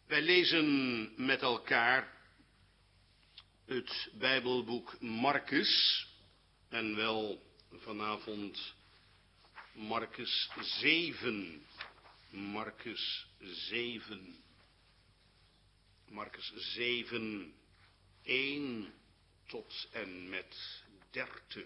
Wij lezen met elkaar het Bijbelboek Marcus, en wel vanavond Marcus 7. Marcus 7. Marcus 7, 1 tot en met 30.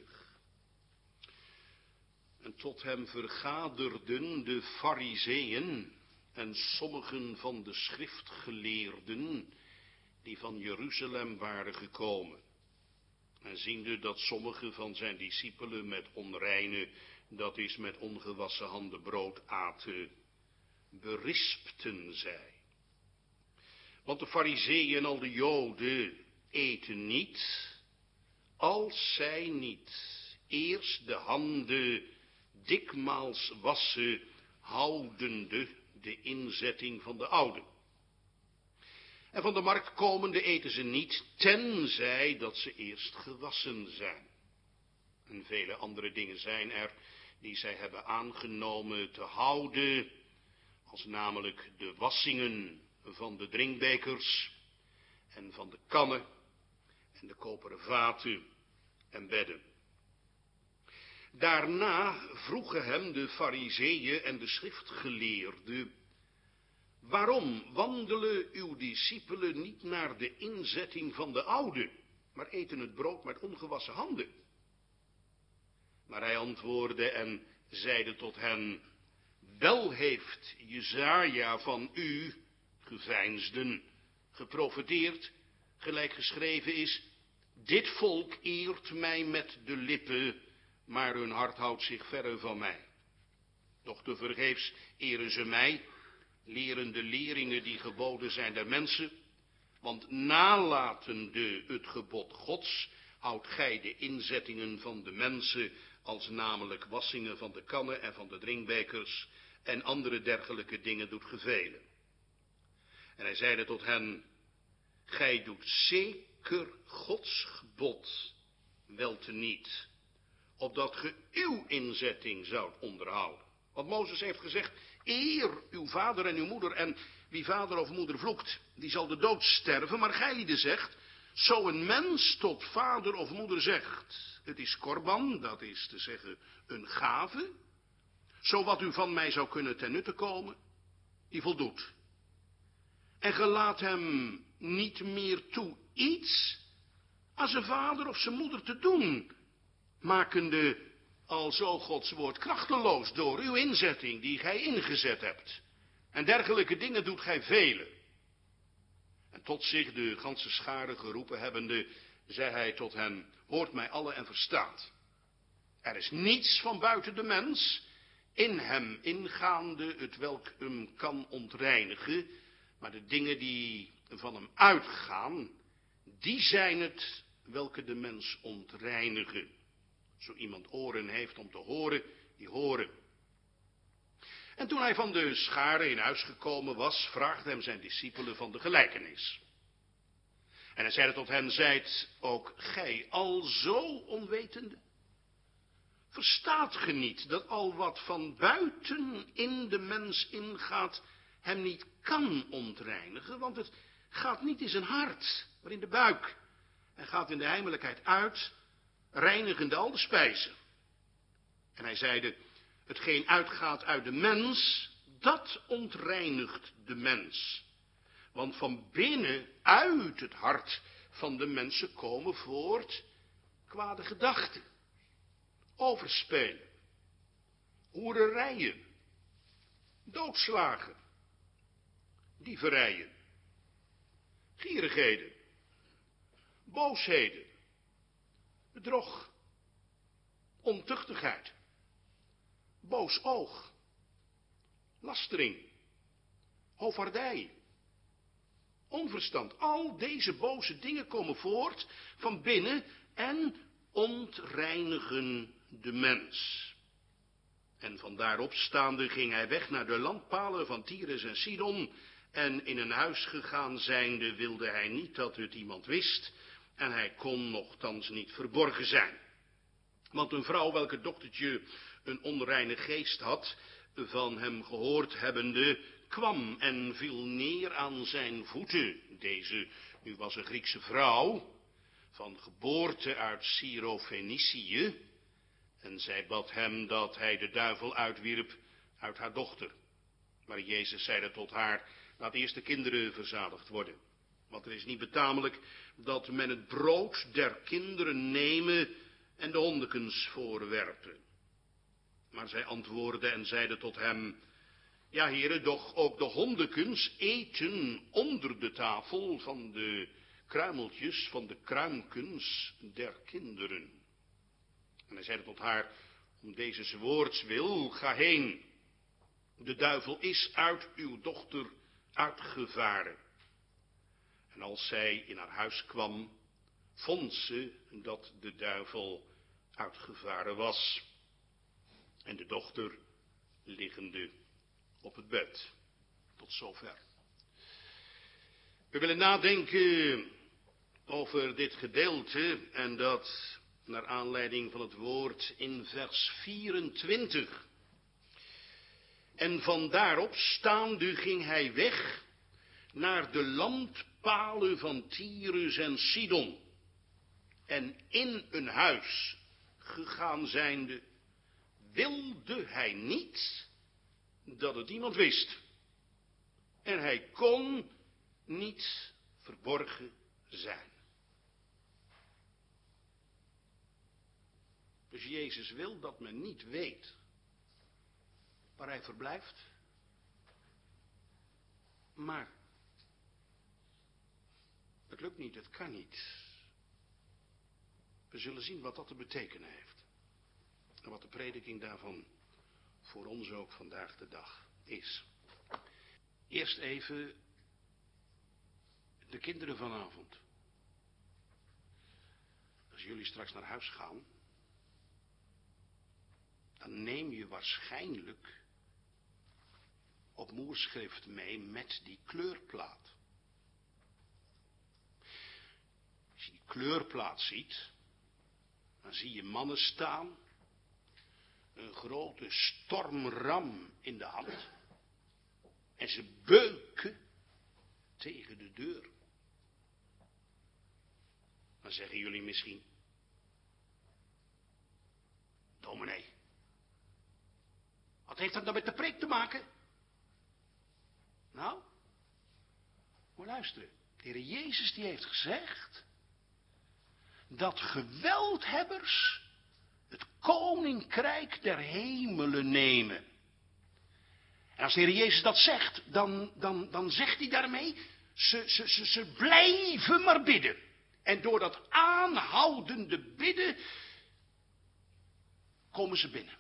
En tot hem vergaderden de Farizeeën en sommigen van de schriftgeleerden die van Jeruzalem waren gekomen. En ziende dat sommige van zijn discipelen met onreine, dat is met ongewassen handen brood aten, berispten zij. Want de Farizeeën en al de Joden eten niet, als zij niet eerst de handen dikmaals wassen, houdende de inzetting van de oude. En van de markt komende eten ze niet, tenzij dat ze eerst gewassen zijn. En vele andere dingen zijn er die zij hebben aangenomen te houden, als namelijk de wassingen van de drinkbekers en van de kannen en de koperen vaten en bedden. Daarna vroegen hem de Farizeeën en de schriftgeleerden: waarom wandelen uw discipelen niet naar de inzetting van de oude, maar eten het brood met ongewassen handen? Maar hij antwoordde en zeide tot hen: wel heeft Jesaja van u, geveinsden, geprofeteerd, gelijk geschreven is: dit volk eert mij met de lippen, maar hun hart houdt zich verre van mij. Doch tevergeefs eren ze mij, leren de leringen die geboden zijn der mensen, want nalatende het gebod Gods, houdt gij de inzettingen van de mensen, als namelijk wassingen van de kannen en van de drinkbekers en andere dergelijke dingen doet gevelen. En hij zeide tot hen: gij doet zeker Gods gebod wel teniet, opdat ge uw inzetting zoudt onderhouden. Want Mozes heeft gezegd: eer uw vader en uw moeder, en wie vader of moeder vloekt, die zal de dood sterven. Maar gij zegt: zo een mens tot vader of moeder zegt: het is korban, dat is te zeggen een gave, zo wat u van mij zou kunnen ten nutte komen, die voldoet. En ge laat hem niet meer toe iets aan zijn vader of zijn moeder te doen, makende alzo Gods woord krachteloos door uw inzetting die gij ingezet hebt. En dergelijke dingen doet gij velen. En tot zich de ganse schare geroepen hebbende, zei hij tot hen: hoort mij alle en verstaat. Er is niets van buiten de mens, in hem ingaande, het welk hem kan ontreinigen, maar de dingen die van hem uitgaan, die zijn het welke de mens ontreinigen. Zo iemand oren heeft om te horen, die horen. En toen hij van de schare in huis gekomen was, vraagde hem zijn discipelen van de gelijkenis. En hij zeide tot hen: zijt ook gij al zo onwetende? Verstaat ge niet dat al wat van buiten in de mens ingaat, hem niet kan ontreinigen? Want het gaat niet in zijn hart, maar in de buik, en gaat in de heimelijkheid uit, reinigende al de spijzen. En hij zeide: hetgeen uitgaat uit de mens, dat ontreinigt de mens. Want van binnen, uit het hart van de mensen komen voort kwade gedachten, overspelen, hoererijen, doodslagen, dieverijen, gierigheden, boosheden, bedrog, ontuchtigheid, boos oog, lastering, hoofdvaardij, onverstand. Al deze boze dingen komen voort van binnen en ontreinigen de mens. En van daarop staande ging hij weg naar de landpalen van Tyrus en Sidon, en in een huis gegaan zijnde wilde hij niet dat het iemand wist, en hij kon nochtans niet verborgen zijn. Want een vrouw, welke dochtertje een onreine geest had, van hem gehoord hebbende, kwam en viel neer aan zijn voeten. Deze, nu was een Griekse vrouw, van geboorte uit Syro-Fenicië, en zij bad hem dat hij de duivel uitwierp uit haar dochter. Maar Jezus zeide tot haar, laat eerst de kinderen verzadigd worden. Want er is niet betamelijk dat men het brood der kinderen nemen en de hondekens voorwerpen. Maar zij antwoordde en zeide tot hem, ja, heren, doch ook de hondekens eten onder de tafel van de kruimeltjes, van de kruimkens der kinderen. En hij zeide tot haar, om deze woords wil, ga heen. De duivel is uit uw dochter uitgevaren. En als zij in haar huis kwam, vond ze dat de duivel uitgevaren was. En de dochter liggende op het bed. Tot zover. We willen nadenken over dit gedeelte en dat naar aanleiding van het woord in vers 24. En van daarop staande ging hij weg naar de landpalen van Tyrus en Sidon. En in een huis gegaan zijnde, wilde hij niet dat het iemand wist. En hij kon niet verborgen zijn. Dus Jezus wil dat men niet weet waar hij verblijft. Maar het lukt niet, het kan niet. We zullen zien wat dat te betekenen heeft. En wat de prediking daarvan voor ons ook vandaag de dag is. Eerst even de kinderen vanavond. Als jullie straks naar huis gaan, dan neem je waarschijnlijk op moerschrift mee met die kleurplaat. Als je die kleurplaat ziet, dan zie je mannen staan, een grote stormram in de hand, en ze beuken tegen de deur. Dan zeggen jullie misschien, dominee, wat heeft dat nou met de preek te maken? Nou, moet luisteren. De Heer Jezus die heeft gezegd dat geweldhebbers het koninkrijk der hemelen nemen. En als de Heer Jezus dat zegt, dan zegt hij daarmee, ze blijven maar bidden. En door dat aanhoudende bidden komen ze binnen.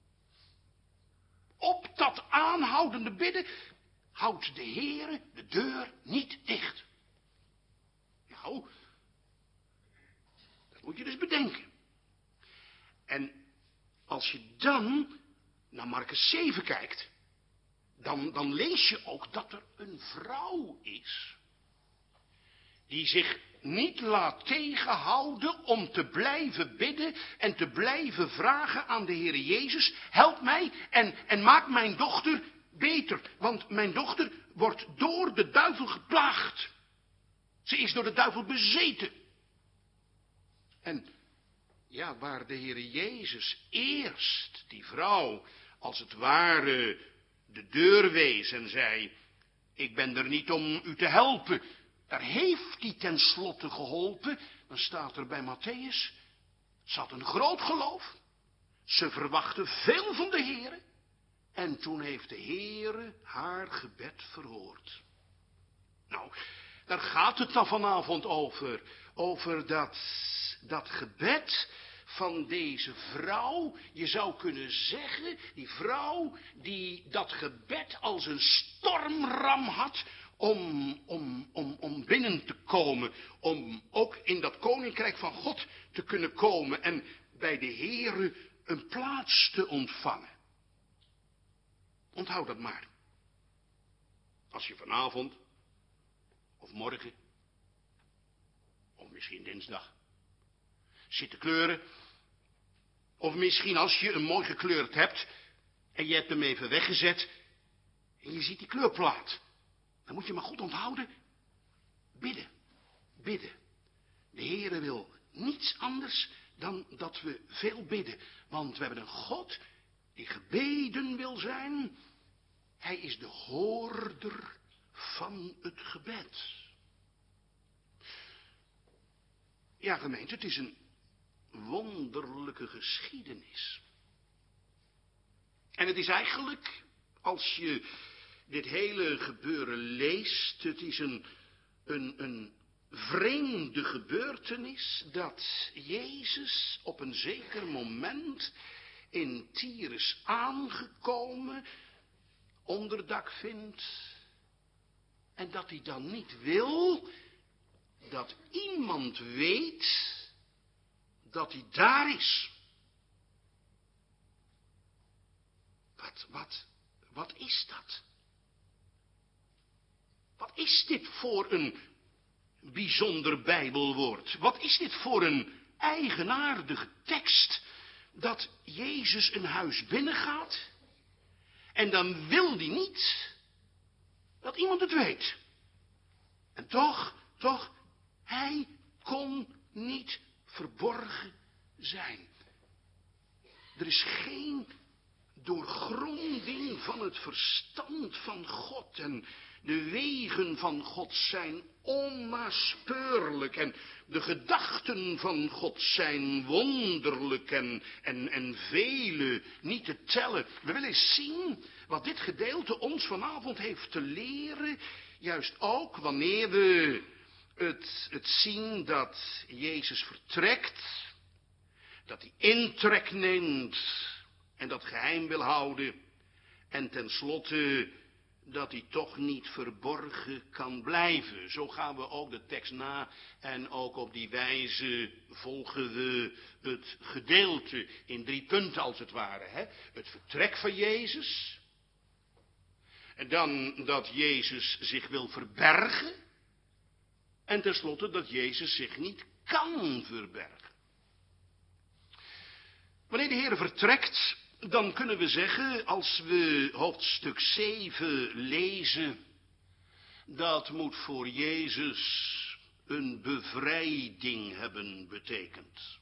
Op dat aanhoudende bidden houdt de Heer de deur niet dicht. Nou, dat moet je dus bedenken. En als je dan naar Markus 7 kijkt, dan lees je ook dat er een vrouw is die zich niet laat tegenhouden om te blijven bidden en te blijven vragen aan de Heer Jezus, help mij en maak mijn dochter beter, want mijn dochter wordt door de duivel geplaagd. Ze is door de duivel bezeten. En ja, waar de Heer Jezus eerst die vrouw als het ware de deur wees en zei, ik ben er niet om u te helpen. Daar heeft hij tenslotte geholpen. Dan staat er bij Matthäus, ze had een groot geloof. Ze verwachtte veel van de Heere. En toen heeft de Heere haar gebed verhoord. Nou, daar gaat het dan vanavond over. Over dat gebed van deze vrouw. Je zou kunnen zeggen, die vrouw die dat gebed als een stormram had om binnen te komen. Om ook in dat koninkrijk van God te kunnen komen en bij de Heere een plaats te ontvangen. Onthoud dat maar. Als je vanavond, of morgen, of misschien dinsdag, zit te kleuren, of misschien als je hem mooi gekleurd hebt, en je hebt hem even weggezet, en je ziet die kleurplaat, dan moet je maar goed onthouden. Bidden, bidden. De Heere wil niets anders dan dat we veel bidden. Want we hebben een God die gebeden wil zijn. Hij is de hoorder van het gebed. Ja, gemeente, het is een wonderlijke geschiedenis. En het is eigenlijk, als je dit hele gebeuren leest, het is een vreemde gebeurtenis dat Jezus op een zeker moment in Tyrus aangekomen onderdak vindt en dat hij dan niet wil dat iemand weet dat hij daar is. Wat is dat? Wat is dit voor een bijzonder Bijbelwoord? Wat is dit voor een eigenaardige tekst dat Jezus een huis binnengaat en dan wil hij niet dat iemand het weet. En toch, hij kon niet verborgen zijn. Er is geen doorgronding van het verstand van God en de wegen van God zijn onnaspeurlijk en de gedachten van God zijn wonderlijk en vele niet te tellen. We willen eens zien wat dit gedeelte ons vanavond heeft te leren, juist ook wanneer we het zien dat Jezus vertrekt, dat hij intrek neemt en dat geheim wil houden en tenslotte dat hij toch niet verborgen kan blijven. Zo gaan we ook de tekst na en ook op die wijze volgen we het gedeelte in 3 punten als het ware. Hè? Het vertrek van Jezus, en dan dat Jezus zich wil verbergen en tenslotte dat Jezus zich niet kan verbergen. Wanneer de Heer vertrekt, dan kunnen we zeggen, als we hoofdstuk 7 lezen, dat moet voor Jezus een bevrijding hebben betekend.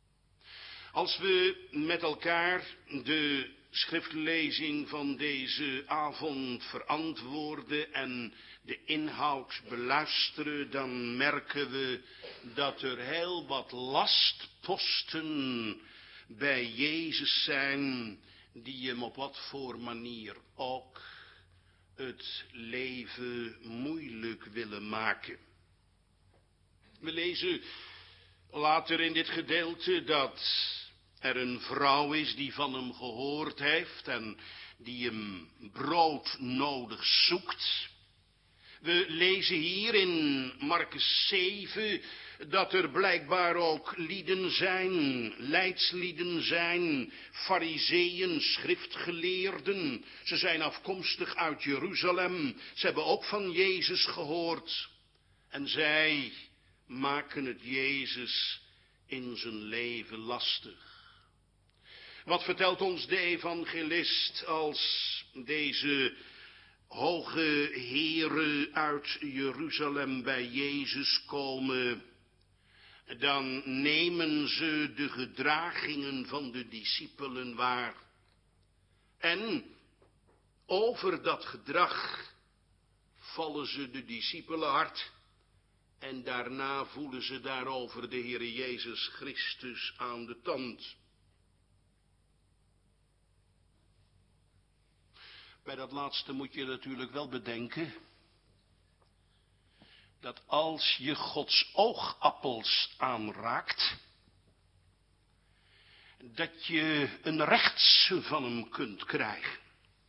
Als we met elkaar de schriftlezing van deze avond verantwoorden en de inhoud beluisteren, dan merken we dat er heel wat lastposten bij Jezus zijn die hem op wat voor manier ook het leven moeilijk willen maken. We lezen later in dit gedeelte dat er een vrouw is die van hem gehoord heeft en die hem broodnodig zoekt. We lezen hier in Markus 7 dat er blijkbaar ook lieden zijn, leidslieden zijn, farizeeën, schriftgeleerden. Ze zijn afkomstig uit Jeruzalem. Ze hebben ook van Jezus gehoord. En zij maken het Jezus in zijn leven lastig. Wat vertelt ons de evangelist als deze hoge heren uit Jeruzalem bij Jezus komen? Dan nemen ze de gedragingen van de discipelen waar. En over dat gedrag vallen ze de discipelen hard. En daarna voelen ze daarover de Heere Jezus Christus aan de tand. Bij dat laatste moet je natuurlijk wel bedenken dat als je Gods oogappels aanraakt, dat je een rechts van hem kunt krijgen.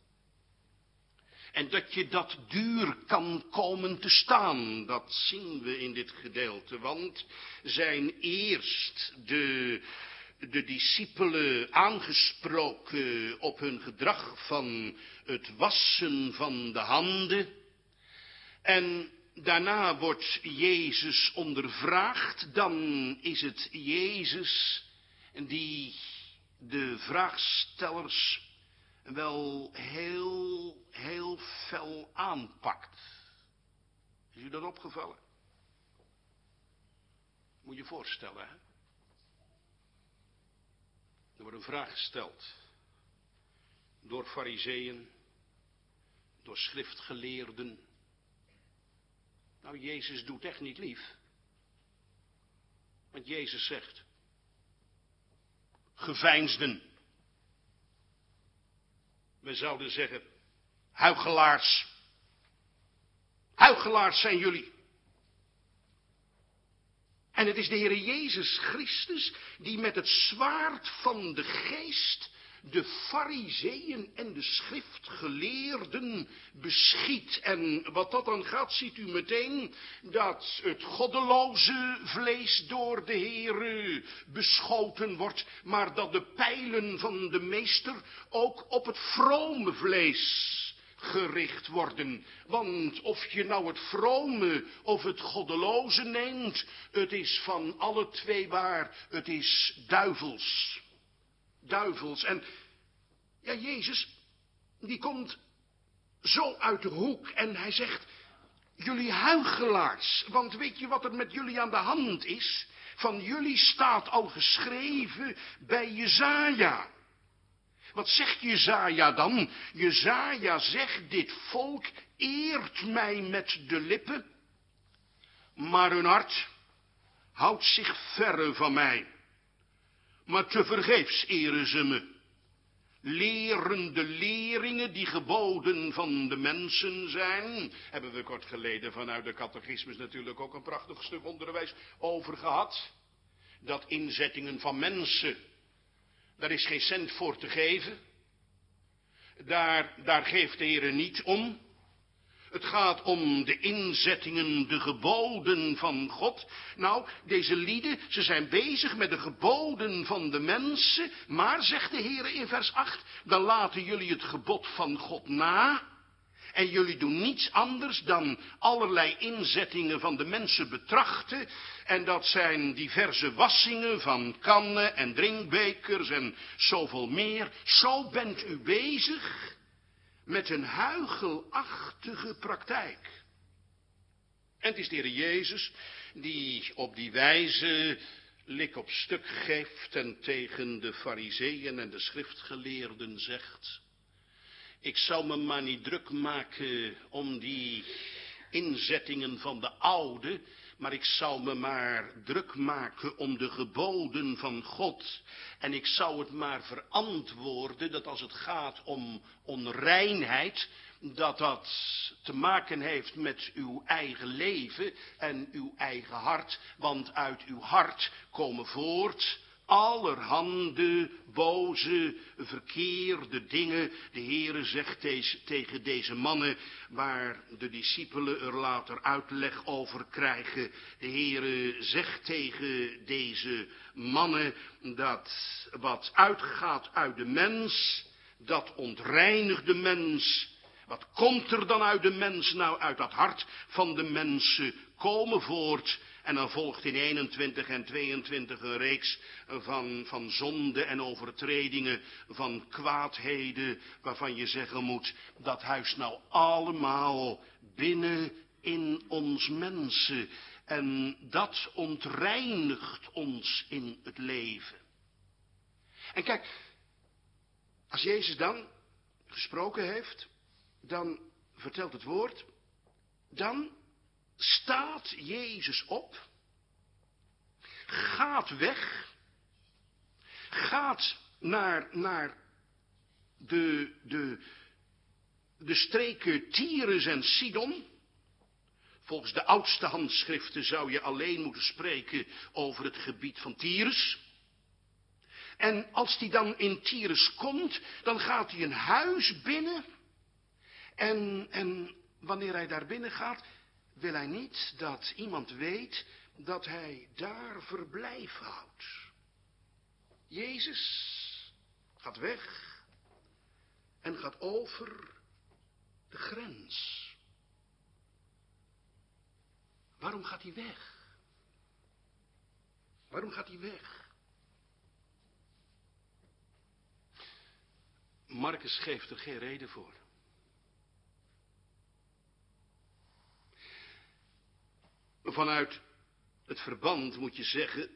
En dat je dat duur kan komen te staan, dat zien we in dit gedeelte. Want zijn eerst de discipelen aangesproken op hun gedrag van het wassen van de handen. En daarna wordt Jezus ondervraagd. Dan is het Jezus die de vraagstellers wel heel fel aanpakt. Is u dat opgevallen? Moet je je voorstellen, hè? Er wordt een vraag gesteld door farizeeën, door schriftgeleerden. Nou, Jezus doet echt niet lief. Want Jezus zegt, geveinsden. We zouden zeggen, huichelaars. Huichelaars zijn jullie. En het is de Heere Jezus Christus die met het zwaard van de geest de farizeeën en de schriftgeleerden beschiet. En wat dat dan gaat, ziet u meteen dat het goddeloze vlees door de Heere beschoten wordt, maar dat de pijlen van de meester ook op het vrome vlees gericht worden. Want of je nou het vrome of het goddeloze neemt, het is van alle twee waar, het is duivels. Duivels. En ja, Jezus, die komt zo uit de hoek en hij zegt, jullie huichelaars, want weet je wat er met jullie aan de hand is? Van jullie staat al geschreven bij Jesaja. Wat zegt Jesaja dan? Jesaja zegt, dit volk eert mij met de lippen, maar hun hart houdt zich verre van mij. Maar tevergeefs eren ze me. Lerende leringen die geboden van de mensen zijn. Hebben we kort geleden vanuit de catechismus natuurlijk ook een prachtig stuk onderwijs over gehad. Dat inzettingen van mensen, daar is geen cent voor te geven. Daar geeft de Heer niet om. Het gaat om de inzettingen, de geboden van God. Nou, deze lieden, ze zijn bezig met de geboden van de mensen. Maar, zegt de Heer in vers 8, dan laten jullie het gebod van God na. En jullie doen niets anders dan allerlei inzettingen van de mensen betrachten. En dat zijn diverse wassingen van kannen en drinkbekers en zoveel meer. Zo bent u bezig met een huichelachtige praktijk. En het is de Heer Jezus die op die wijze lik op stuk geeft en tegen de farizeeën en de schriftgeleerden zegt, ik zou me maar niet druk maken om die inzettingen van de oude, maar ik zou me maar druk maken om de geboden van God. En ik zou het maar verantwoorden dat als het gaat om onreinheid, dat te maken heeft met uw eigen leven en uw eigen hart. Want uit uw hart komen voort allerhande boze, verkeerde dingen. De Heere zegt tegen deze mannen, waar de discipelen er later uitleg over krijgen. De Heere zegt tegen deze mannen dat wat uitgaat uit de mens, dat ontreinigt de mens. Wat komt er dan uit de mens? Nou, uit dat hart van de mensen komen voort. En dan volgt in 21 en 22 een reeks van zonden en overtredingen, van kwaadheden, waarvan je zeggen moet, dat huist nou allemaal binnen in ons mensen. En dat ontreinigt ons in het leven. En kijk, als Jezus dan gesproken heeft, dan vertelt het woord, dan staat Jezus op, gaat weg, gaat naar de streken Tyrus en Sidon. Volgens de oudste handschriften zou je alleen moeten spreken over het gebied van Tyrus. En als hij dan in Tyrus komt, dan gaat hij een huis binnen. En wanneer hij daar binnen gaat, wil hij niet dat iemand weet dat hij daar verblijf houdt. Jezus gaat weg en gaat over de grens. Waarom gaat hij weg? Waarom gaat hij weg? Marcus geeft er geen reden voor. Vanuit het verband moet je zeggen,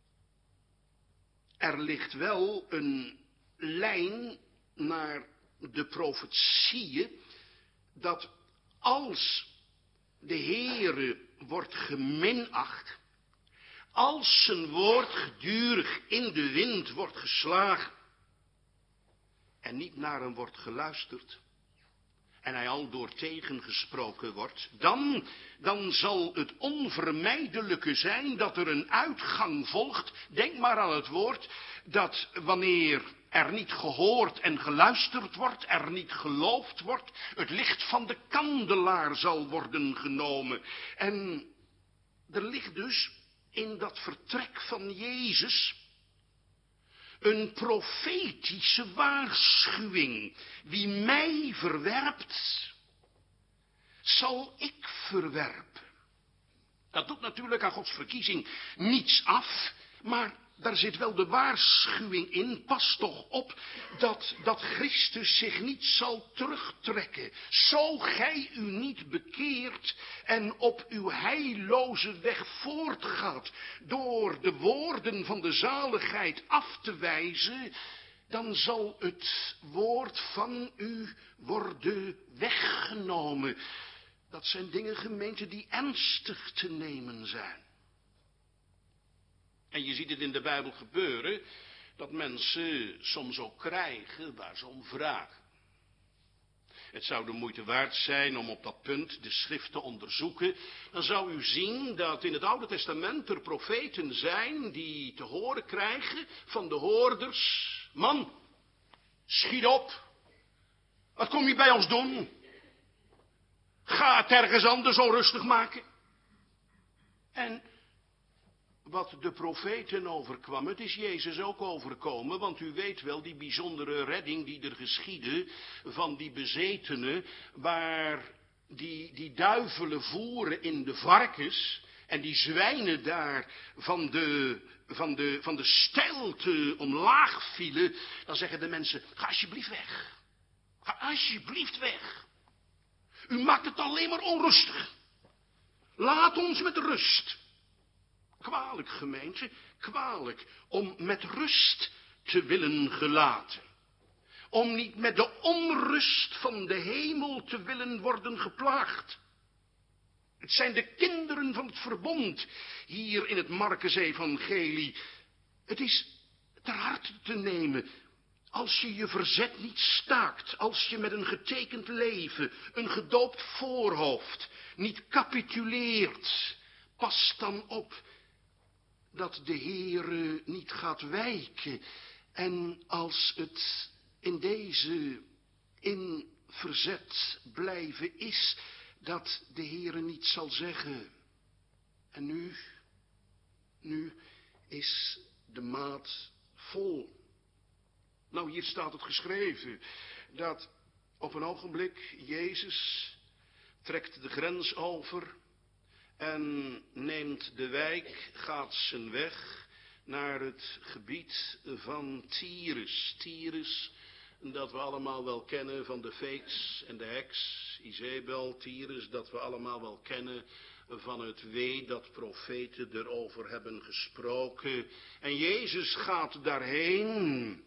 er ligt wel een lijn naar de profetieën, dat als de Heere wordt geminacht, als zijn woord gedurig in de wind wordt geslagen en niet naar hem wordt geluisterd en hij aldoor tegengesproken wordt, dan zal het onvermijdelijke zijn dat er een uitgang volgt. Denk maar aan het woord, dat wanneer er niet gehoord en geluisterd wordt, er niet geloofd wordt, het licht van de kandelaar zal worden genomen. En er ligt dus in dat vertrek van Jezus een profetische waarschuwing. Wie mij verwerpt, zal ik verwerpen. Dat doet natuurlijk aan Gods verkiezing niets af, maar daar zit wel de waarschuwing in. Pas toch op dat Christus zich niet zal terugtrekken. Zo gij u niet bekeert en op uw heilloze weg voortgaat door de woorden van de zaligheid af te wijzen, dan zal het woord van u worden weggenomen. Dat zijn dingen, gemeente, die ernstig te nemen zijn. En je ziet het in de Bijbel gebeuren, dat mensen soms ook krijgen waar ze om vragen. Het zou de moeite waard zijn om op dat punt de schrift te onderzoeken. Dan zou u zien dat in het Oude Testament er profeten zijn die te horen krijgen van de hoorders: man, schiet op. Wat kom je bij ons doen? Ga het ergens anders onrustig maken. En wat de profeten overkwam, het is Jezus ook overkomen, want u weet wel die bijzondere redding die er geschiedde van die bezetenen, waar die duivelen voeren in de varkens en die zwijnen daar van de steilte omlaag vielen. Dan zeggen de mensen: ga alsjeblieft weg. Ga alsjeblieft weg. U maakt het alleen maar onrustig. Laat ons met rust. Kwalijk, gemeente, kwalijk, om met rust te willen gelaten. Om niet met de onrust van de hemel te willen worden geplaagd. Het zijn de kinderen van het verbond hier in het Markus-evangelie. Het is ter harte te nemen. Als je je verzet niet staakt, als je met een getekend leven, een gedoopt voorhoofd, niet capituleert, pas dan op dat de Heere niet gaat wijken. En als het in verzet blijven is, dat de Heere niet zal zeggen: en nu is de maat vol. Nou, hier staat het geschreven, dat op een ogenblik Jezus trekt de grens over en neemt de wijk, gaat zijn weg naar het gebied van Tyrus. Tyrus, dat we allemaal wel kennen van de feeks en de heks, Izebel. Tyrus, dat we allemaal wel kennen van het wee dat profeten erover hebben gesproken. En Jezus gaat daarheen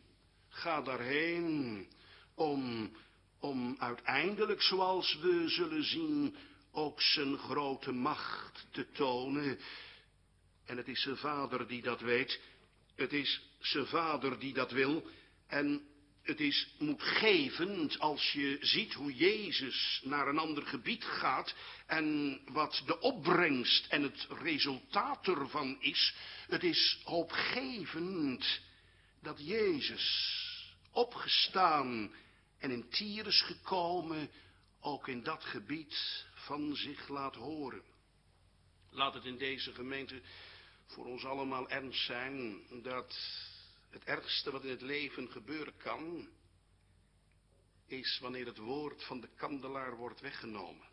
om uiteindelijk, zoals we zullen zien, ook zijn grote macht te tonen. En het is zijn Vader die dat weet. Het is zijn Vader die dat wil. En het is moedgevend als je ziet hoe Jezus naar een ander gebied gaat en wat de opbrengst en het resultaat ervan is. Het is hoopgevend dat Jezus, opgestaan en in Tyrus gekomen, ook in dat gebied van zich laat horen. Laat het in deze gemeente voor ons allemaal ernst zijn dat het ergste wat in het leven gebeuren kan, is wanneer het woord van de kandelaar wordt weggenomen.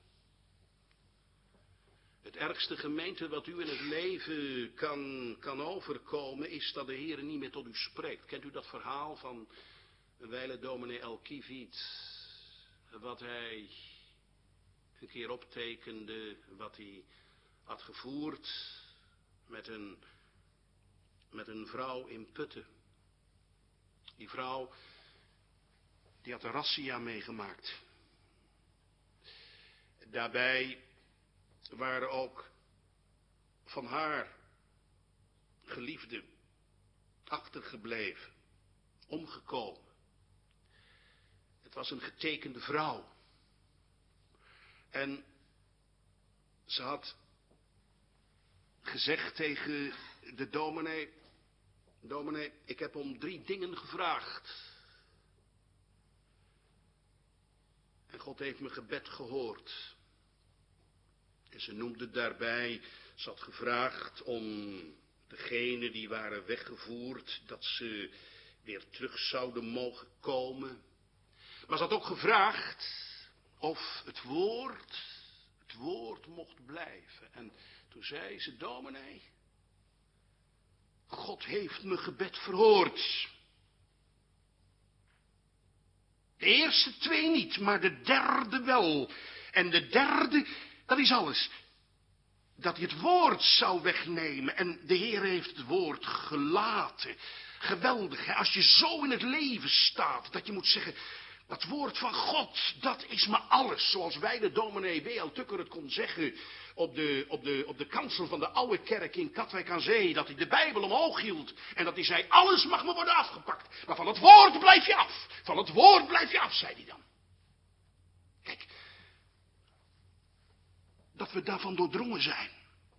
Het ergste, gemeente, wat u in het leven kan overkomen, is dat de Heer niet meer tot u spreekt. Kent u dat verhaal wijle dominee Elkiviet, wat hij een keer optekende, wat hij had gevoerd met een vrouw in Putten. Die vrouw, die had een razzia meegemaakt. Daarbij waren ook van haar geliefden achtergebleven, omgekomen. Het was een getekende vrouw. En ze had gezegd tegen de dominee: dominee, ik heb om 3 dingen gevraagd. En God heeft mijn gebed gehoord. En ze noemde daarbij, ze had gevraagd om degenen die waren weggevoerd, dat ze weer terug zouden mogen komen. Maar ze had ook gevraagd of het woord mocht blijven. En toen zei ze: dominee, God heeft mijn gebed verhoord. De eerste 2 niet, maar de derde wel. En de derde, dat is alles. Dat hij het woord zou wegnemen. En de Heer heeft het woord gelaten. Geweldig, hè? Als je zo in het leven staat, dat je moet zeggen: dat woord van God, dat is me alles. Zoals wij de dominee W.L. Tukker het kon zeggen op de kansel van de oude kerk in Katwijk aan Zee. Dat hij de Bijbel omhoog hield. En dat hij zei: alles mag me worden afgepakt. Maar van het woord blijf je af. Van het woord blijf je af, zei hij dan. Kijk, dat we daarvan doordrongen zijn.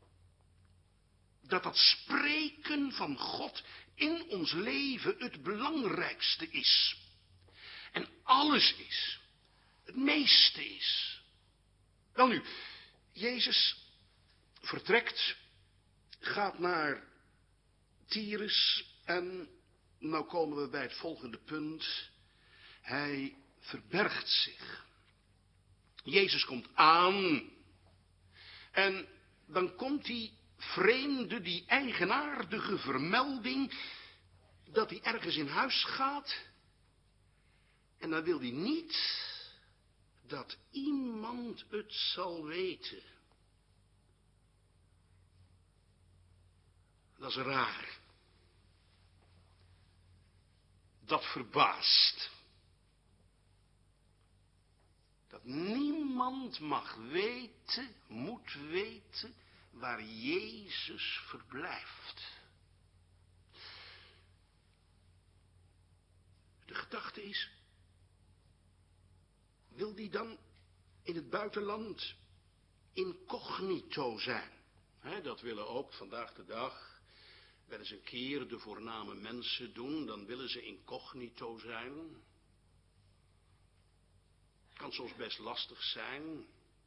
Dat spreken van God in ons leven het belangrijkste is. En alles is. Het meeste is. Welnu, Jezus vertrekt, gaat naar Tyrus en nou komen we bij het volgende punt. Hij verbergt zich. Jezus komt aan en dan komt die vreemde, die eigenaardige vermelding dat hij ergens in huis gaat en dan wil hij niet dat iemand het zal weten. Dat is raar. Dat verbaast. Dat niemand mag weten, moet weten, waar Jezus verblijft. De gedachte is: wil die dan in het buitenland incognito zijn? Dat willen ook vandaag de dag wel eens een keer de voorname mensen doen. Dan willen ze incognito zijn. Kan soms best lastig zijn.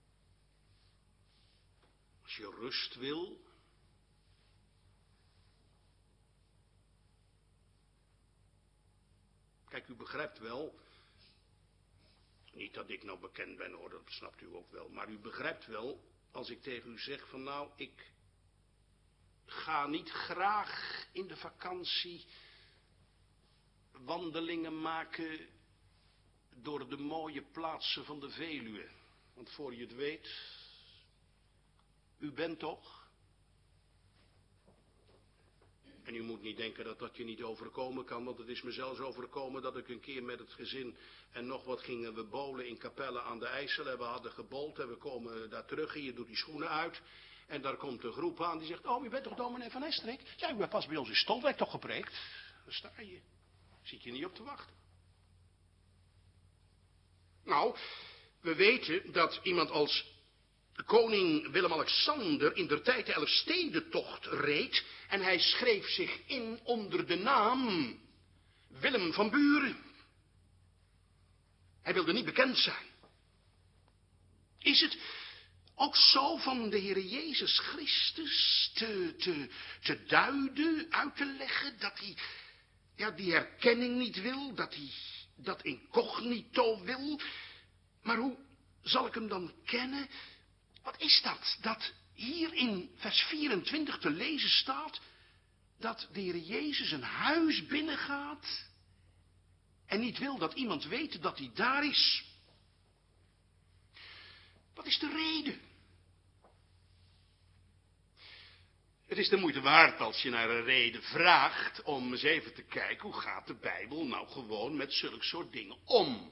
Als je rust wil. Kijk, u begrijpt wel. Niet dat ik nou bekend ben hoor, dat snapt u ook wel. Maar u begrijpt wel, als ik tegen u zeg van nou, ik ga niet graag in de vakantie wandelingen maken door de mooie plaatsen van de Veluwe. Want voor je het weet, u bent toch? En u moet niet denken dat dat je niet overkomen kan, want het is me zelfs overkomen dat ik een keer met het gezin en nog wat gingen we bowlen in Capelle aan de IJssel. En we hadden gebold en we komen daar terug en je doet die schoenen uit. En daar komt een groep aan die zegt: oh, u bent toch dominee van Estrik? Ja, u hebt pas bij ons in Stolwijk toch gepreekt? Daar sta je. Zit je niet op te wachten. Nou, we weten dat iemand als koning Willem-Alexander indertijd de Elfstedentocht reed en hij schreef zich in onder de naam Willem van Buren. Hij wilde niet bekend zijn. Is het ook zo van de Heere Jezus Christus te duiden, uit te leggen, dat hij die herkenning niet wil, dat hij dat incognito wil? Maar hoe zal ik hem dan kennen? Wat is dat? Dat hier in vers 24 te lezen staat dat de Heer Jezus een huis binnengaat en niet wil dat iemand weet dat hij daar is. Wat is de reden? Het is de moeite waard als je naar een reden vraagt om eens even te kijken hoe gaat de Bijbel nou gewoon met zulk soort dingen om.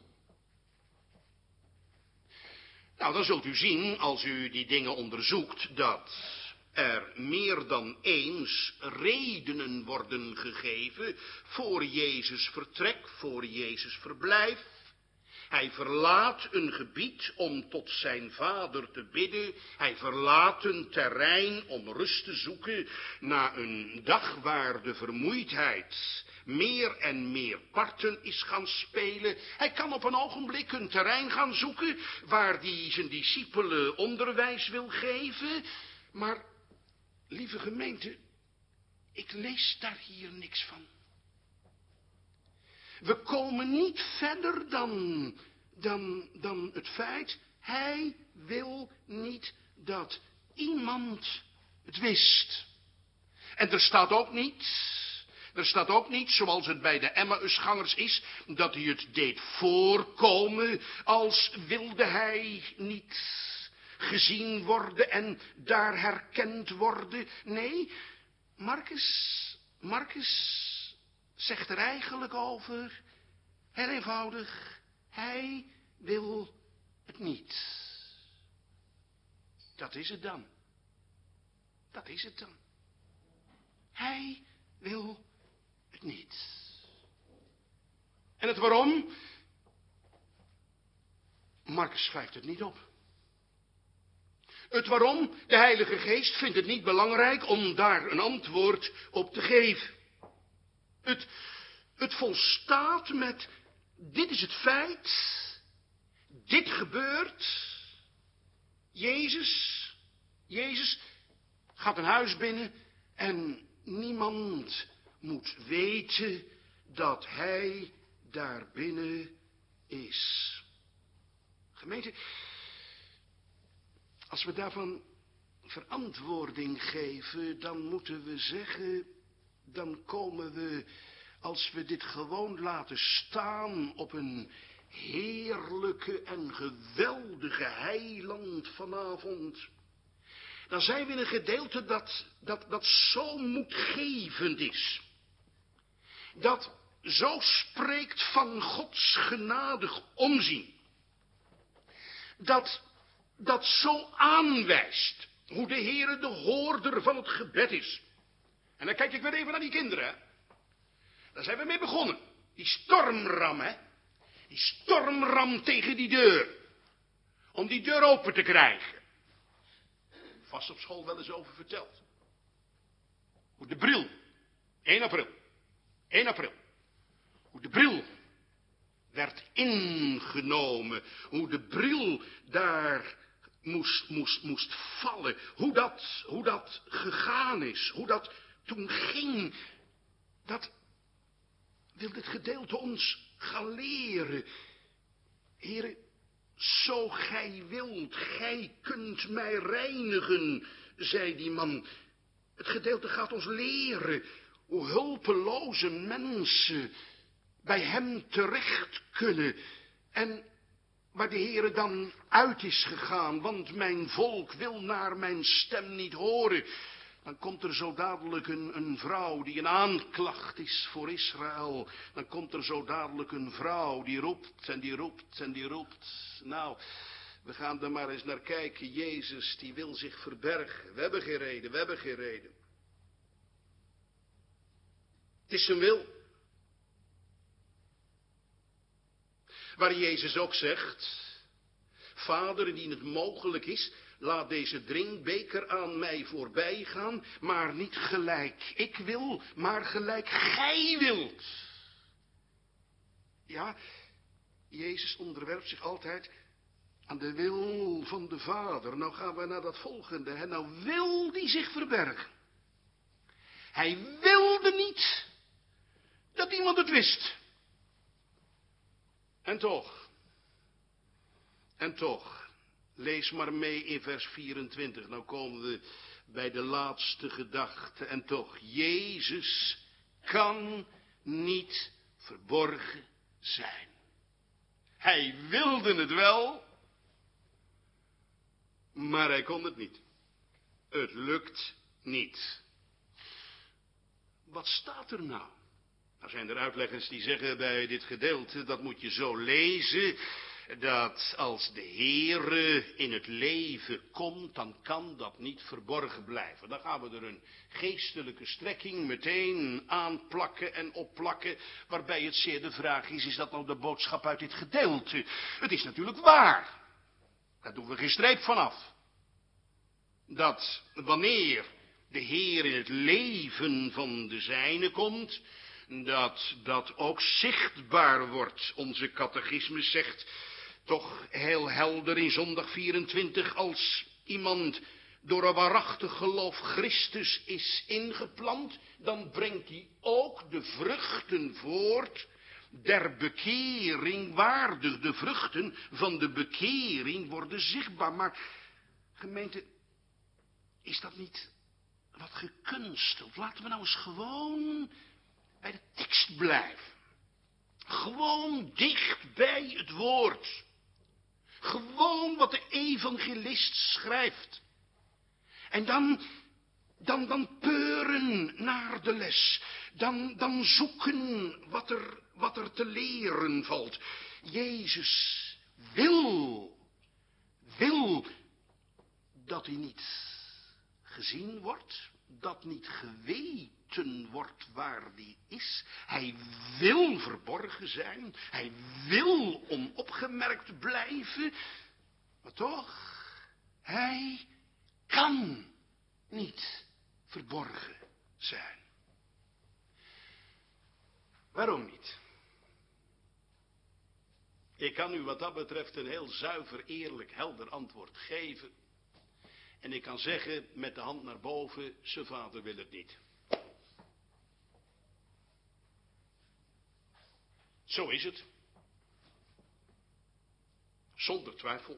Nou, dan zult u zien, als u die dingen onderzoekt, dat er meer dan eens redenen worden gegeven voor Jezus' vertrek, voor Jezus' verblijf. Hij verlaat een gebied om tot zijn Vader te bidden. Hij verlaat een terrein om rust te zoeken na een dag waar de vermoeidheid meer en meer parten is gaan spelen. Hij kan op een ogenblik een terrein gaan zoeken waar hij zijn discipelen onderwijs wil geven. Maar, lieve gemeente, ik lees daar hier niks van. We komen niet verder dan het feit, hij wil niet dat iemand het wist. En er staat ook niet, zoals het bij de Emmausgangers is, dat hij het deed voorkomen als wilde hij niet gezien worden en daar herkend worden. Nee, Marcus zegt er eigenlijk over, heel eenvoudig, hij wil het niet. Dat is het dan. Dat is het dan. Hij wil het niet. En het waarom? Marcus schrijft het niet op. Het waarom? De Heilige Geest vindt het niet belangrijk om daar een antwoord op te geven. Het volstaat met, dit is het feit, dit gebeurt. Jezus gaat een huis binnen en niemand moet weten dat hij daar binnen is. Gemeente, als we daarvan verantwoording geven, dan moeten we zeggen, dan komen we, als we dit gewoon laten staan op een heerlijke en geweldige heiland vanavond, dan zijn we in een gedeelte dat zo moedgevend is. Dat zo spreekt van Gods genadig omzien. Dat zo aanwijst hoe de Heere de hoorder van het gebed is. En dan kijk ik weer even naar die kinderen, hè. Daar zijn we mee begonnen. Die stormram, hè. Die stormram tegen die deur. Om die deur open te krijgen. Vast op school wel eens over verteld. Hoe de bril, 1 april. Hoe de bril werd ingenomen. Hoe de bril daar moest vallen. Hoe dat gegaan is. Hoe dat toen ging. Dat wil dit gedeelte ons gaan leren. Heere, zo gij wilt, gij kunt mij reinigen, zei die man. Het gedeelte gaat ons leren hoe hulpeloze mensen bij hem terecht kunnen. En waar de Heere dan uit is gegaan, want mijn volk wil naar mijn stem niet horen. Dan komt er zo dadelijk een vrouw die een aanklacht is voor Israël. Dan komt er zo dadelijk een vrouw die roept en die roept en die roept. Nou, we gaan er maar eens naar kijken. Jezus die wil zich verbergen. We hebben geen reden. Het is zijn wil. Waar Jezus ook zegt, Vader, indien het mogelijk is, laat deze drinkbeker aan mij voorbij gaan, maar niet gelijk ik wil, maar gelijk gij wilt. Ja, Jezus onderwerpt zich altijd aan de wil van de Vader. Nou gaan we naar dat volgende. En nou wil die zich verbergen. Hij wilde niet dat iemand het wist. En toch, lees maar mee in vers 24. Nou komen we bij de laatste gedachte. En toch, Jezus kan niet verborgen zijn. Hij wilde het wel, maar hij kon het niet. Het lukt niet. Wat staat er nou? Nou zijn er uitleggers die zeggen bij dit gedeelte, dat moet je zo lezen, dat als de Heere in het leven komt, dan kan dat niet verborgen blijven. Dan gaan we er een geestelijke strekking meteen aanplakken en opplakken, waarbij het zeer de vraag is dat nou de boodschap uit dit gedeelte? Het is natuurlijk waar. Daar doen we geen streep van af. Dat wanneer de Heer in het leven van de zijne komt, dat dat ook zichtbaar wordt. Onze catechismus zegt toch heel helder in zondag 24, als iemand door een waarachtig geloof Christus is ingeplant, dan brengt hij ook de vruchten voort der bekering waardig. De vruchten van de bekering worden zichtbaar. Maar gemeente, is dat niet wat gekunsteld? Laten we nou eens gewoon bij de tekst blijven. Gewoon dicht bij het woord. Gewoon wat de evangelist schrijft. En dan peuren naar de les. Dan zoeken wat er te leren valt. Jezus wil dat hij niet gezien wordt, dat niet geweten wordt waar die is. Hij wil verborgen zijn, hij wil onopgemerkt blijven, maar toch, hij kan niet verborgen zijn. Waarom niet? Ik kan u wat dat betreft een heel zuiver, eerlijk, helder antwoord geven. En ik kan zeggen, met de hand naar boven, zijn vader wil het niet. Zo is het. Zonder twijfel.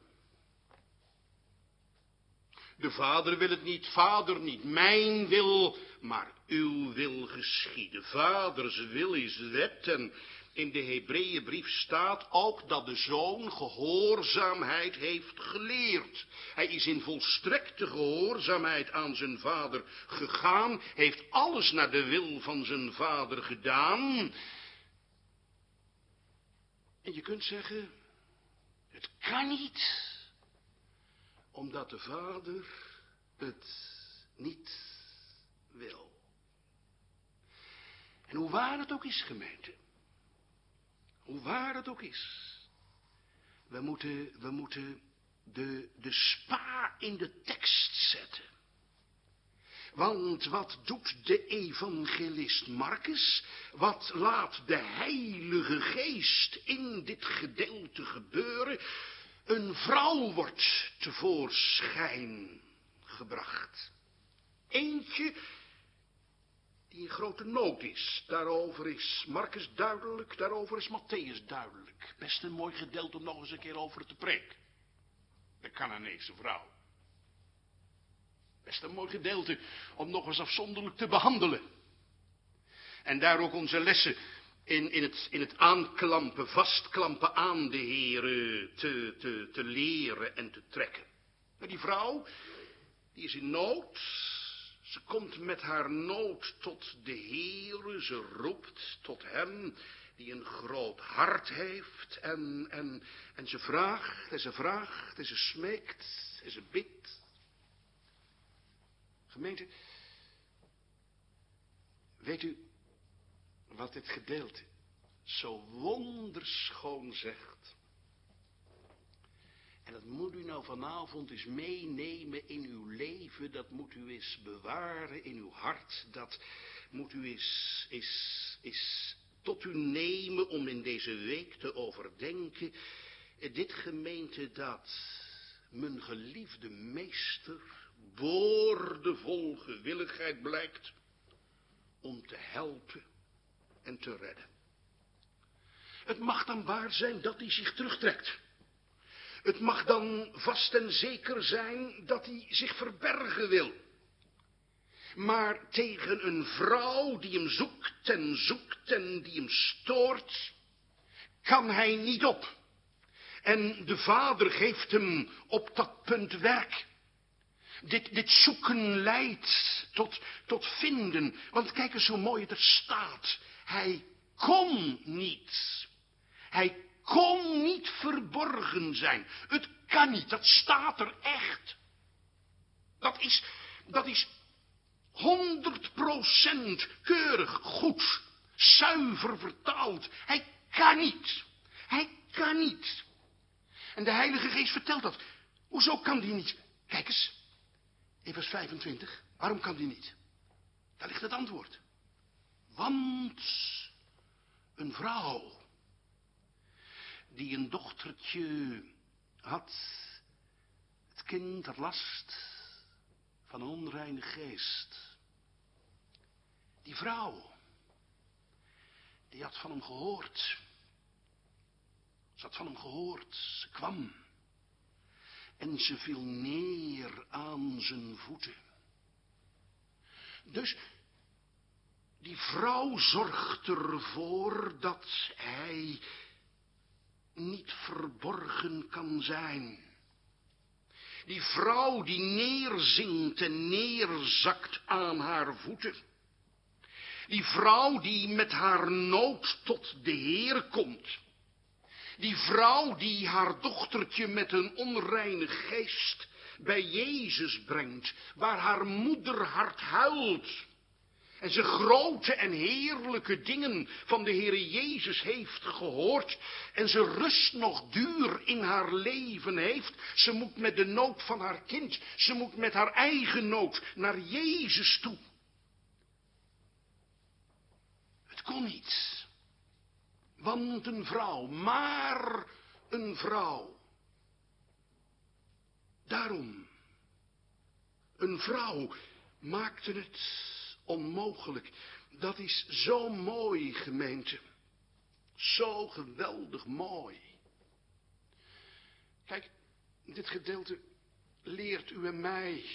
De vader wil het niet, vader niet mijn wil, maar uw wil geschieden. Vaders wil is wet en in de Hebreeënbrief staat ook dat de zoon gehoorzaamheid heeft geleerd. Hij is in volstrekte gehoorzaamheid aan zijn vader gegaan, heeft alles naar de wil van zijn vader gedaan. En je kunt zeggen, het kan niet, omdat de vader het niet wil. En hoe waar het ook is, gemeente, hoe waar het ook is, we moeten de spa in de tekst zetten. Want wat doet de evangelist Marcus? Wat laat de Heilige Geest in dit gedeelte gebeuren? Een vrouw wordt tevoorschijn gebracht. Eentje die in grote nood is. Daarover is Marcus duidelijk, daarover is Matthäus duidelijk. Best een mooi gedeelte om nog eens een keer over te preken. De Canaanese vrouw. Best een mooi gedeelte om nog eens afzonderlijk te behandelen. En daar ook onze lessen in het aanklampen, vastklampen aan de Heere te leren en te trekken. Maar die vrouw, die is in nood. Ze komt met haar nood tot de Heere. Ze roept tot hem die een groot hart heeft. En ze vraagt en ze vraagt en ze smeekt en ze bidt. Gemeente, weet u wat dit gedeelte zo wonderschoon zegt? En dat moet u nou vanavond eens meenemen in uw leven, dat moet u eens bewaren in uw hart, dat moet u eens tot u nemen om in deze week te overdenken. Dit gemeente, dat mijn geliefde meester boordevol gewilligheid blijkt om te helpen en te redden. Het mag dan waar zijn dat hij zich terugtrekt. Het mag dan vast en zeker zijn dat hij zich verbergen wil. Maar tegen een vrouw die hem zoekt en die hem stoort, kan hij niet op. En de Vader geeft hem op dat punt werk. Dit zoeken leidt tot vinden. Want kijk eens hoe mooi het er staat. Hij kon niet. Hij kon niet verborgen zijn. Het kan niet, dat staat er echt. Dat is 100% keurig, goed, zuiver vertaald. Hij kan niet. Hij kan niet. En de Heilige Geest vertelt dat. Hoezo kan die niet? Kijk eens, in vers 25. Waarom kan die niet? Daar ligt het antwoord. Want een vrouw die een dochtertje had, het kind had last van een onreine geest. Die vrouw, die had van hem gehoord. Ze had van hem gehoord, ze kwam. En ze viel neer aan zijn voeten. Dus die vrouw zorgt ervoor dat hij niet verborgen kan zijn. Die vrouw die neerzinkt en neerzakt aan haar voeten. Die vrouw die met haar nood tot de Heer komt. Die vrouw die haar dochtertje met een onreine geest bij Jezus brengt, waar haar moederhart huilt. En ze grote en heerlijke dingen van de Heere Jezus heeft gehoord. En ze rust nog duur in haar leven heeft. Ze moet met de nood van haar kind, ze moet met haar eigen nood naar Jezus toe. Het kon niet. Want een vrouw, maar een vrouw. Daarom, een vrouw maakte het onmogelijk. Dat is zo mooi, gemeente. Zo geweldig mooi. Kijk, dit gedeelte leert u en mij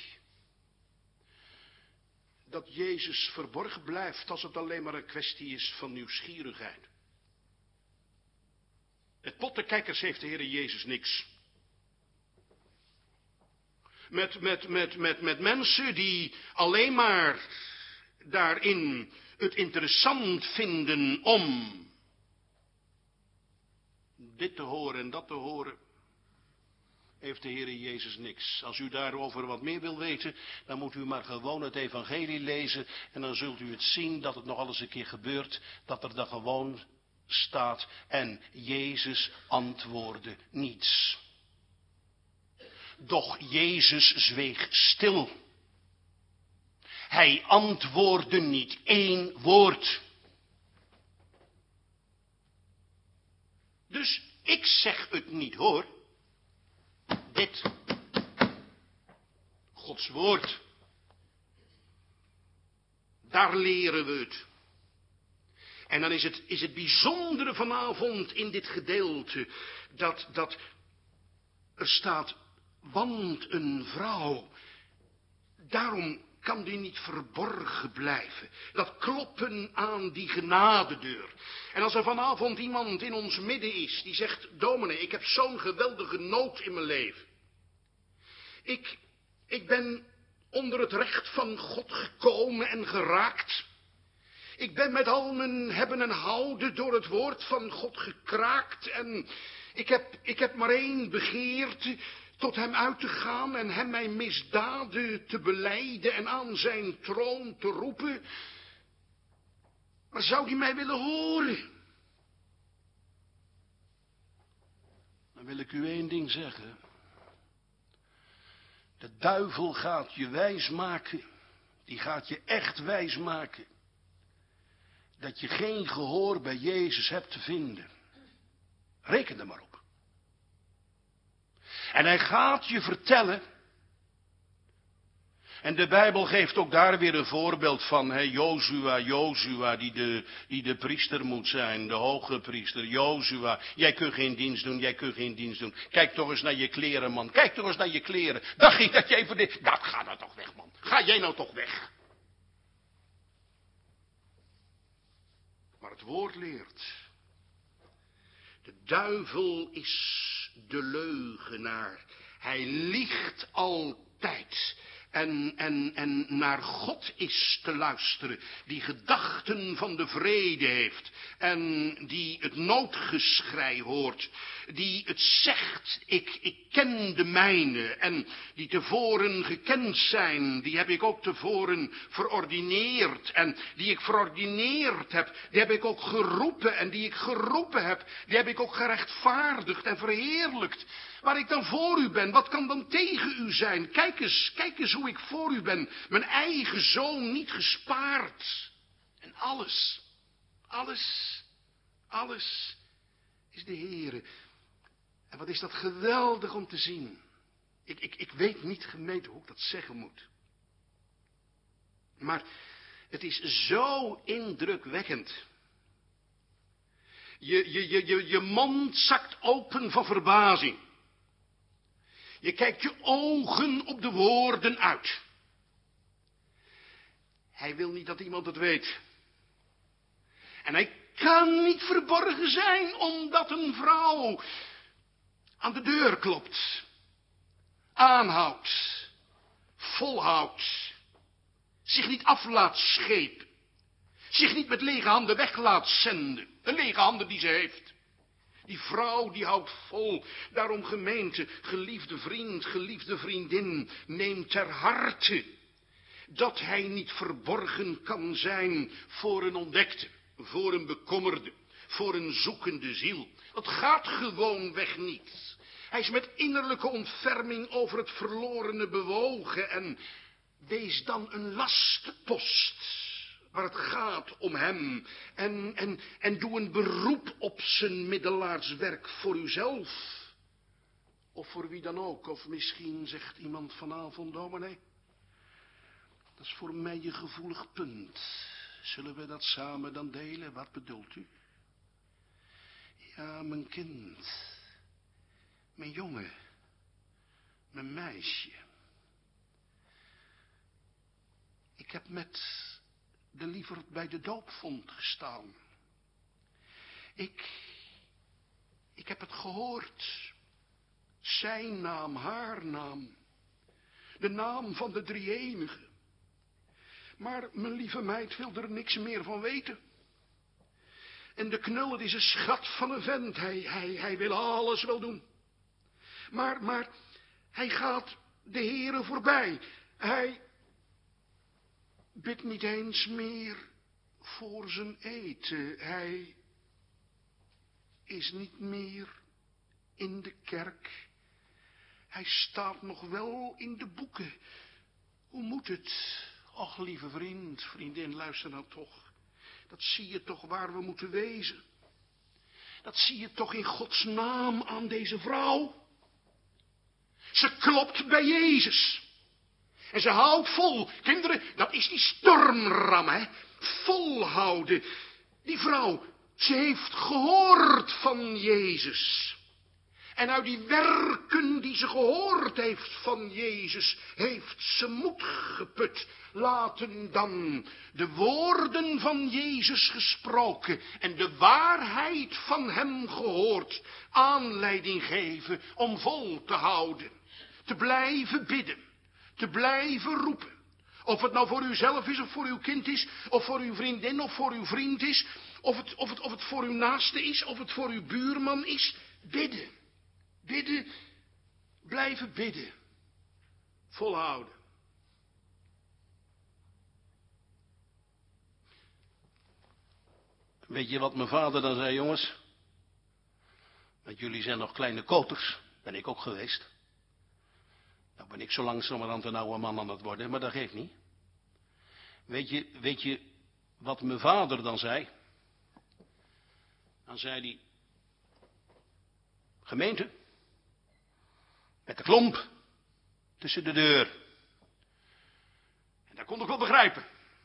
dat Jezus verborgen blijft als het alleen maar een kwestie is van nieuwsgierigheid. Met pottenkijkers heeft de Heere Jezus niks. Met mensen die alleen maar daarin het interessant vinden om dit te horen en dat te horen, heeft de Heere Jezus niks. Als u daarover wat meer wil weten, dan moet u maar gewoon het evangelie lezen en dan zult u het zien dat het nog alles een keer gebeurt, dat er dan gewoon staat en Jezus antwoordde niets. Doch Jezus zweeg stil. Hij antwoordde niet één woord. Dus ik zeg het niet hoor. Dit. Gods woord. Daar leren we het. En dan is het bijzondere vanavond in dit gedeelte dat er staat, want een vrouw, daarom kan die niet verborgen blijven. Dat kloppen aan die genadedeur. En als er vanavond iemand in ons midden is die zegt, dominee, ik heb zo'n geweldige nood in mijn leven. Ik ben onder het recht van God gekomen en geraakt. Ik ben met al mijn hebben en houden door het woord van God gekraakt. En ik heb maar één begeerte, tot hem uit te gaan en hem mijn misdaden te belijden en aan zijn troon te roepen. Maar zou hij mij willen horen? Dan wil ik u één ding zeggen. De duivel gaat je wijs maken. Die gaat je echt wijs maken. Dat je geen gehoor bij Jezus hebt te vinden. Reken er maar op. En hij gaat je vertellen. En de Bijbel geeft ook daar weer een voorbeeld van. Jozua die de priester moet zijn. De hoge priester. Jozua, jij kunt geen dienst doen, jij kunt geen dienst doen. Kijk toch eens naar je kleren, man. Kijk toch eens naar je kleren. Dacht ik dat jij voor dit... Dat gaat nou toch weg, man. Ga jij nou toch weg. Maar het woord leert De duivel is de leugenaar. Hij liegt altijd. En naar God is te luisteren, die gedachten van de vrede heeft en die het noodgeschrei hoort, die het zegt, ik ken de mijne en die tevoren gekend zijn, die heb ik ook tevoren verordineerd en die ik verordineerd heb, die heb ik ook geroepen en die ik geroepen heb, die heb ik ook gerechtvaardigd en verheerlijkt. Waar ik dan voor u ben, wat kan dan tegen u zijn? Kijk eens hoe ik voor u ben. Mijn eigen zoon niet gespaard. En alles is de Heere. En wat is dat geweldig om te zien. Ik weet niet gemeten hoe ik dat zeggen moet. Maar het is zo indrukwekkend. Je mond zakt open van verbazing. Je kijkt je ogen op de woorden uit. Hij wil niet dat iemand het weet. En hij kan niet verborgen zijn omdat een vrouw aan de deur klopt. Aanhoudt. Volhoudt. Zich niet af laat schepen. Zich niet met lege handen weg laat zenden. De lege handen die ze heeft. Die vrouw die houdt vol. Daarom gemeente, geliefde vriend, geliefde vriendin, neem ter harte dat hij niet verborgen kan zijn voor een ontdekte, voor een bekommerde, voor een zoekende ziel. Dat gaat gewoonweg niet. Hij is met innerlijke ontferming over het verlorene bewogen en wees dan een lastenpost. Waar het gaat om hem. En doe een beroep op zijn middelaarswerk voor uzelf. Of voor wie dan ook. Of misschien zegt iemand vanavond, dominee. Dat is voor mij een gevoelig punt. Zullen we dat samen dan delen? Wat bedoelt u? Ja, mijn kind. Mijn jongen. Mijn meisje. Ik heb met de lieverd bij de doopvond gestaan. Ik heb het gehoord. Zijn naam, haar naam. De naam van de drie-enige. Maar mijn lieve meid wil er niks meer van weten. En de knul is een schat van een vent. Hij wil alles wel doen. Maar hij gaat de Heere voorbij. Hij bidt niet eens meer voor zijn eten. Hij is niet meer in de kerk. Hij staat nog wel in de boeken. Hoe moet het? Och, lieve vriend, vriendin, luister nou toch. Dat zie je toch waar we moeten wezen. Dat zie je toch in Gods naam aan deze vrouw. Ze klopt bij Jezus. En ze houdt vol. Kinderen, dat is die stormram, hè. Volhouden. Die vrouw, ze heeft gehoord van Jezus. En uit die werken die ze gehoord heeft van Jezus, heeft ze moed geput. Laten dan de woorden van Jezus gesproken en de waarheid van hem gehoord aanleiding geven om vol te houden. Te blijven bidden. Te blijven roepen. Of het nou voor uzelf is, of voor uw kind is, of voor uw vriendin, of voor uw vriend is, of het voor uw naaste is, of het voor uw buurman is. Bidden. Bidden. Blijven bidden. Volhouden. Weet je wat mijn vader dan zei, jongens? Want jullie zijn nog kleine koters. Ben ik ook geweest. Nou ben ik zo langzamerhand een oude man aan het worden, maar dat geeft niet. Weet je wat mijn vader dan zei? Dan zei hij, gemeente, met de klomp tussen de deur. En dat kon ik wel begrijpen.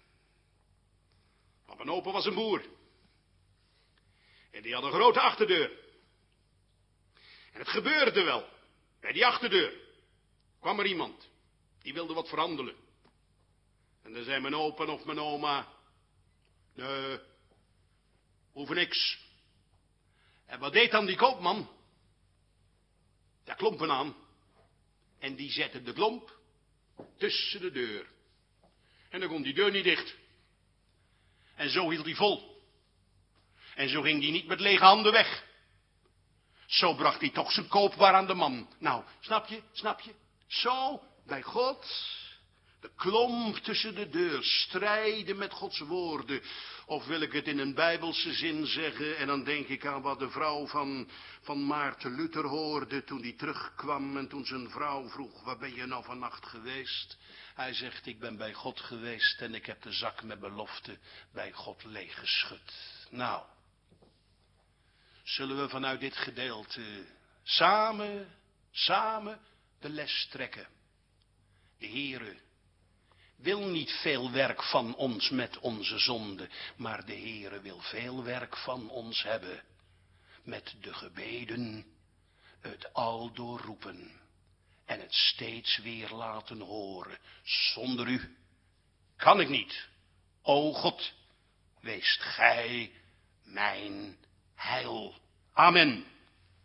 Want mijn opa was een boer. En die had een grote achterdeur. En het gebeurde wel, bij die achterdeur kwam er iemand, die wilde wat verhandelen. En dan zei mijn opa of mijn oma, nee, hoeven niks. En wat deed dan die koopman? Daar klompen aan. En die zette de klomp tussen de deur. En dan kon die deur niet dicht. En zo hield hij vol. En zo ging hij niet met lege handen weg. Zo bracht hij toch zijn koopwaar aan de man. Nou, snap je? Zo, bij God, de klomp tussen de deur, strijden met Gods woorden. Of wil ik het in een bijbelse zin zeggen, en dan denk ik aan wat de vrouw van Maarten Luther hoorde toen hij terugkwam en toen zijn vrouw vroeg, waar ben je nou vannacht geweest? Hij zegt, ik ben bij God geweest en ik heb de zak met belofte bij God leeggeschud. Nou, zullen we vanuit dit gedeelte samen de les trekken. De Heere wil niet veel werk van ons met onze zonde, maar de Heere wil veel werk van ons hebben met de gebeden, het aldoor roepen en het steeds weer laten horen. Zonder u kan ik niet. O God, weest gij mijn heil. Amen.